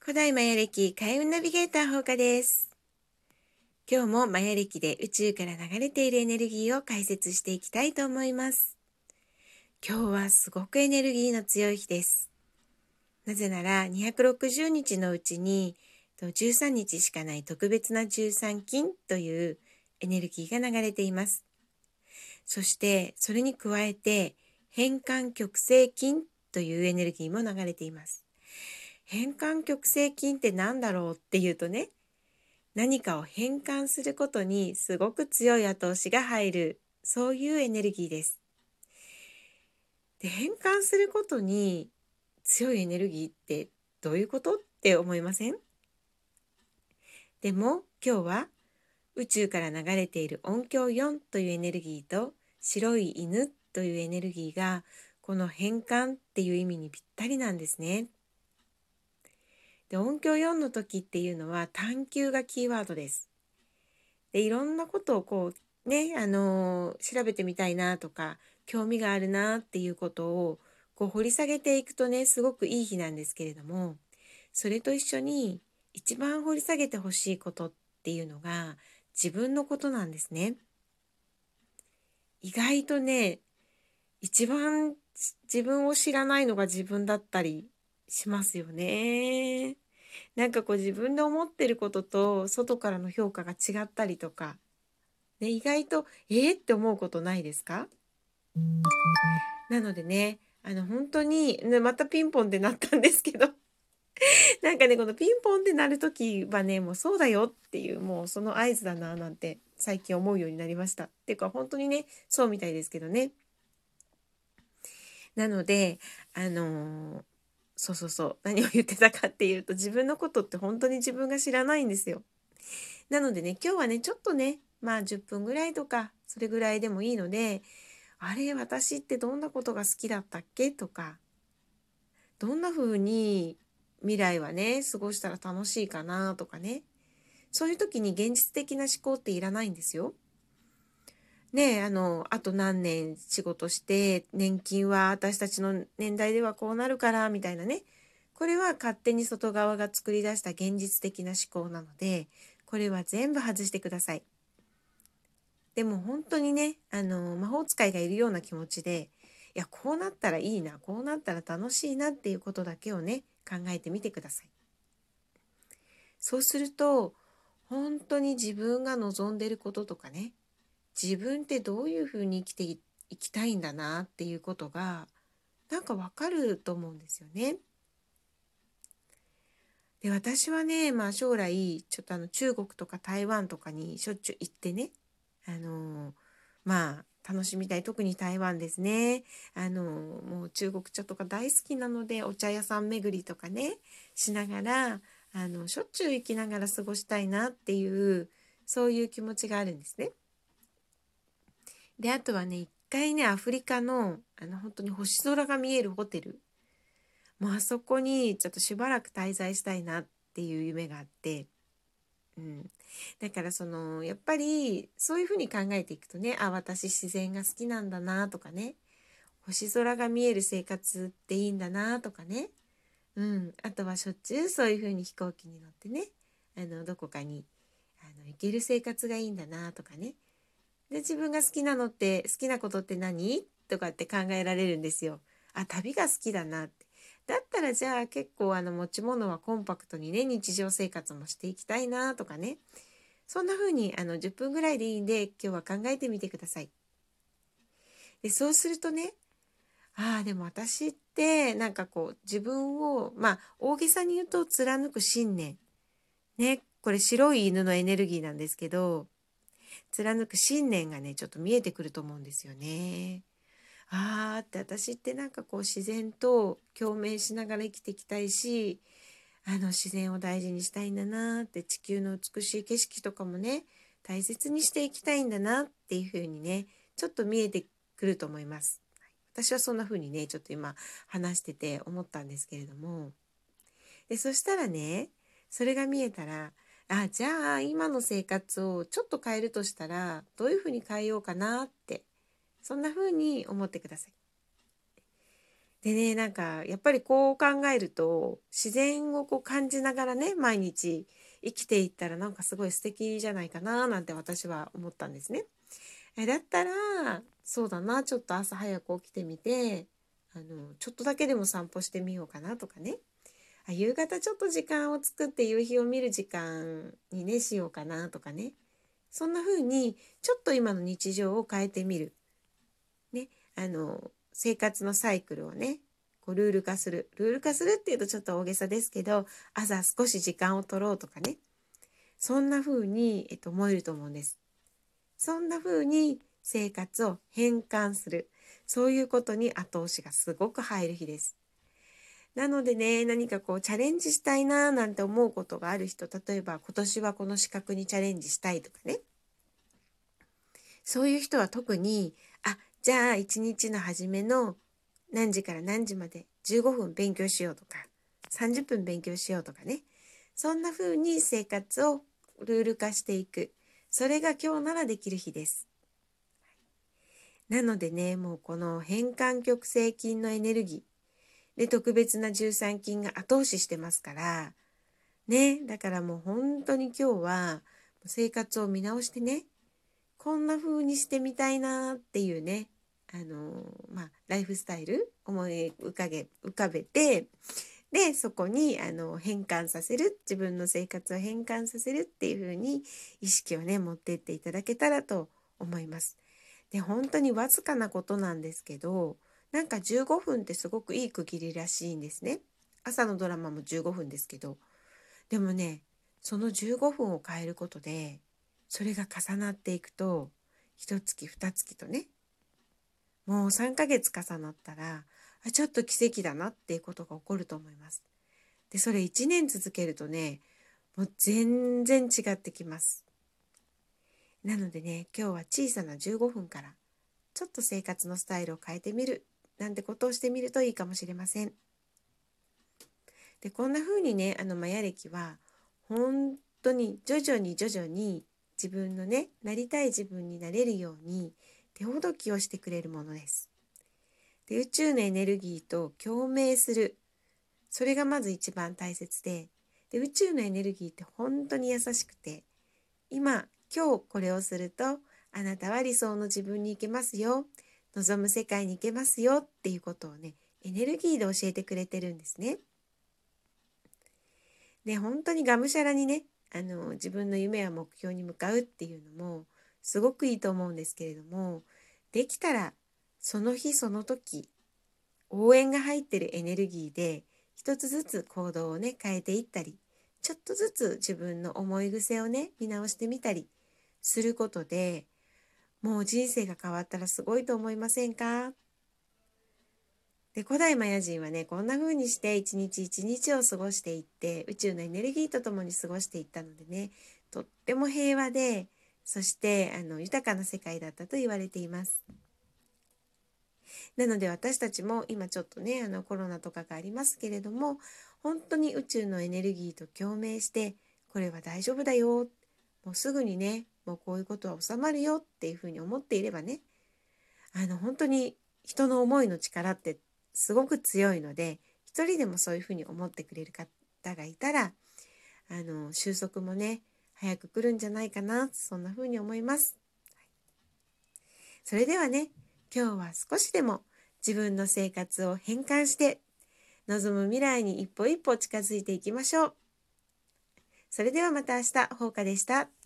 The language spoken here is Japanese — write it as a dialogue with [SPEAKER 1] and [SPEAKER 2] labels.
[SPEAKER 1] 古代マヤ暦開運ナビゲーター放課です。今日もマヤ暦で宇宙から流れているエネルギーを解説していきたいと思います。今日はすごくエネルギーの強い日です。なぜなら260日のうちに13日しかない特別な13金というエネルギーが流れています。そしてそれに加えて変換極性金というエネルギーも流れています。変換極性金って何だろうっていうとね、何かを変換することにすごく強い後押しが入る、そういうエネルギーです。で、変換することに強いエネルギーってどういうことって思いません？でも今日は宇宙から流れている音響4というエネルギーと白い犬というエネルギーがこの変換っていう意味にぴったりなんですね。で、音響4の時っていうのは探求がキーワードです。で、いろんなことを調べてみたいなとか興味があるなっていうことを掘り下げていくとね、すごくいい日なんですけれども、それと一緒に一番掘り下げてほしいことっていうのが自分のことなんですね。意外とね、一番自分を知らないのが自分だったりしますよね。自分で思ってることと外からの評価が違ったりとか、ね、意外とって思うことないですか？なのでね、本当に、ね、またピンポンってなったんですけどこのピンポンってなるときはね、もうそうだよっていう、もうその合図だななんて最近思うようになりました。っていうか本当にね、そうみたいですけどね。なので、何を言ってたかっていうと、自分のことって本当に自分が知らないんですよ。なのでね、今日はね、ちょっとね、10分ぐらいとか、それぐらいでもいいので、あれ、私ってどんなことが好きだったっけとか、どんな風に未来はね、過ごしたら楽しいかなとかね。そういう時に現実的な思考っていらないんですよ。ねえ、あと何年仕事して、年金は私たちの年代ではこうなるから、みたいなね。これは勝手に外側が作り出した現実的な思考なので、これは全部外してください。でも本当にね、魔法使いがいるような気持ちで、いや、こうなったらいいな、こうなったら楽しいなっていうことだけをね、考えてみてください。そうすると、本当に自分が望んでることとかね、自分ってどういうふうに生きていきたいんだなっていうことが、わかると思うんですよね。で、私はね、将来、ちょっと中国とか台湾とかにしょっちゅう行ってね、楽しみたい。特に台湾ですね。もう中国茶とか大好きなので、お茶屋さん巡りとかね、しながら、しょっちゅう行きながら過ごしたいなっていう、そういう気持ちがあるんですね。で、あとはね、一回ね、アフリカの、本当に星空が見えるホテル。もうあそこにちょっとしばらく滞在したいなっていう夢があって、うん。だからやっぱりそういうふうに考えていくとね、私自然が好きなんだなとかね、星空が見える生活っていいんだなとかね、あとはしょっちゅうそういうふうに飛行機に乗ってね、どこかに行ける生活がいいんだなとかね。で、自分が好きなことって何とかって考えられるんですよ。旅が好きだなって。だったらじゃあ結構持ち物はコンパクトにね、日常生活もしていきたいなとかね。そんな風に10分ぐらいでいいんで今日は考えてみてください。で、そうするとね、でも私って自分を大げさに言うと貫く信念。ね、これ白い犬のエネルギーなんですけど、貫く信念がね、ちょっと見えてくると思うんですよね。私って自然と共鳴しながら生きていきたいし、自然を大事にしたいんだなって、地球の美しい景色とかもね、大切にしていきたいんだなっていう風にね、ちょっと見えてくると思います。私はそんな風にね、ちょっと今話してて思ったんですけれども。で、そしたらね、それが見えたら、じゃあ今の生活をちょっと変えるとしたら、どういう風に変えようかなって、そんな風に思ってください。 でね、なんかやっぱりこう考えると自然をこう感じながらね、毎日生きていったらなんかすごい素敵じゃないかななんて私は思ったんですね。だったらそうだな、ちょっと朝早く起きてみてちょっとだけでも散歩してみようかなとかね、夕方ちょっと時間を作って夕日を見る時間にねしようかなとかね、そんな風にちょっと今の日常を変えてみるね、生活のサイクルをねこうルール化するっていうとちょっと大げさですけど、朝少し時間を取ろうとかね、そんな風に、思えると思うんです。そんな風に生活を変換する、そういうことに後押しがすごく入る日です。なのでね、何かこうチャレンジしたいななんて思うことがある人、例えば今年はこの資格にチャレンジしたいとかね、そういう人は特に、じゃあ一日の初めの何時から何時まで15分勉強しようとか、30分勉強しようとかね、そんな風に生活をルール化していく。それが今日ならできる日です。なのでね、もうこの変換極性筋のエネルギーで特別な重酸筋が後押ししてますから、ね、だからもう本当に今日は生活を見直してね、こんな風にしてみたいなっていうね、ライフスタイル思い浮かべて、でそこに変換させる、自分の生活を変換させるっていう風に意識をね持っていっていただけたらと思います。で本当にわずかなことなんですけど、なんか15分ってすごくいい区切りらしいんですね。朝のドラマも15分ですけど、でもね、その15分を変えることでそれが重なっていくと、1月2月とね、もう3ヶ月重なったらちょっと奇跡だなっていうことが起こると思います。でそれ1年続けるとね、もう全然違ってきます。なのでね、今日は小さな15分からちょっと生活のスタイルを変えてみるなんてことをしてみるといいかもしれません。でこんな風にね、マヤ暦は本当に徐々に自分のね、なりたい自分になれるように手ほどきをしてくれるものです。で宇宙のエネルギーと共鳴する、それがまず一番大切で、宇宙のエネルギーって本当に優しくて、今日これをするとあなたは理想の自分に行けますよ、望む世界に行けますよっていうことをね、エネルギーで教えてくれてるんですね。で本当にがむしゃらにね、自分の夢や目標に向かうっていうのもすごくいいと思うんですけれども、できたらその日その時応援が入ってるエネルギーで一つずつ行動をね変えていったり、ちょっとずつ自分の思い癖をね見直してみたりすることで、もう人生が変わったらすごいと思いませんか？で古代マヤ人はね、こんな風にして一日一日を過ごしていって、宇宙のエネルギーとともに過ごしていったのでね、とっても平和で、そして豊かな世界だったと言われています。なので私たちも今ちょっとね、コロナとかがありますけれども、本当に宇宙のエネルギーと共鳴して、これは大丈夫だよ、もうすぐにね、もうこういうことは収まるよっていうふうに思っていればね、本当に人の思いの力ってすごく強いので、一人でもそういうふうに思ってくれる方がいたら、収束もね早く来るんじゃないかな、そんなふうに思います。それではね、今日は少しでも自分の生活を変換して望む未来に一歩一歩近づいていきましょう。それではまた明日、ほうかでした。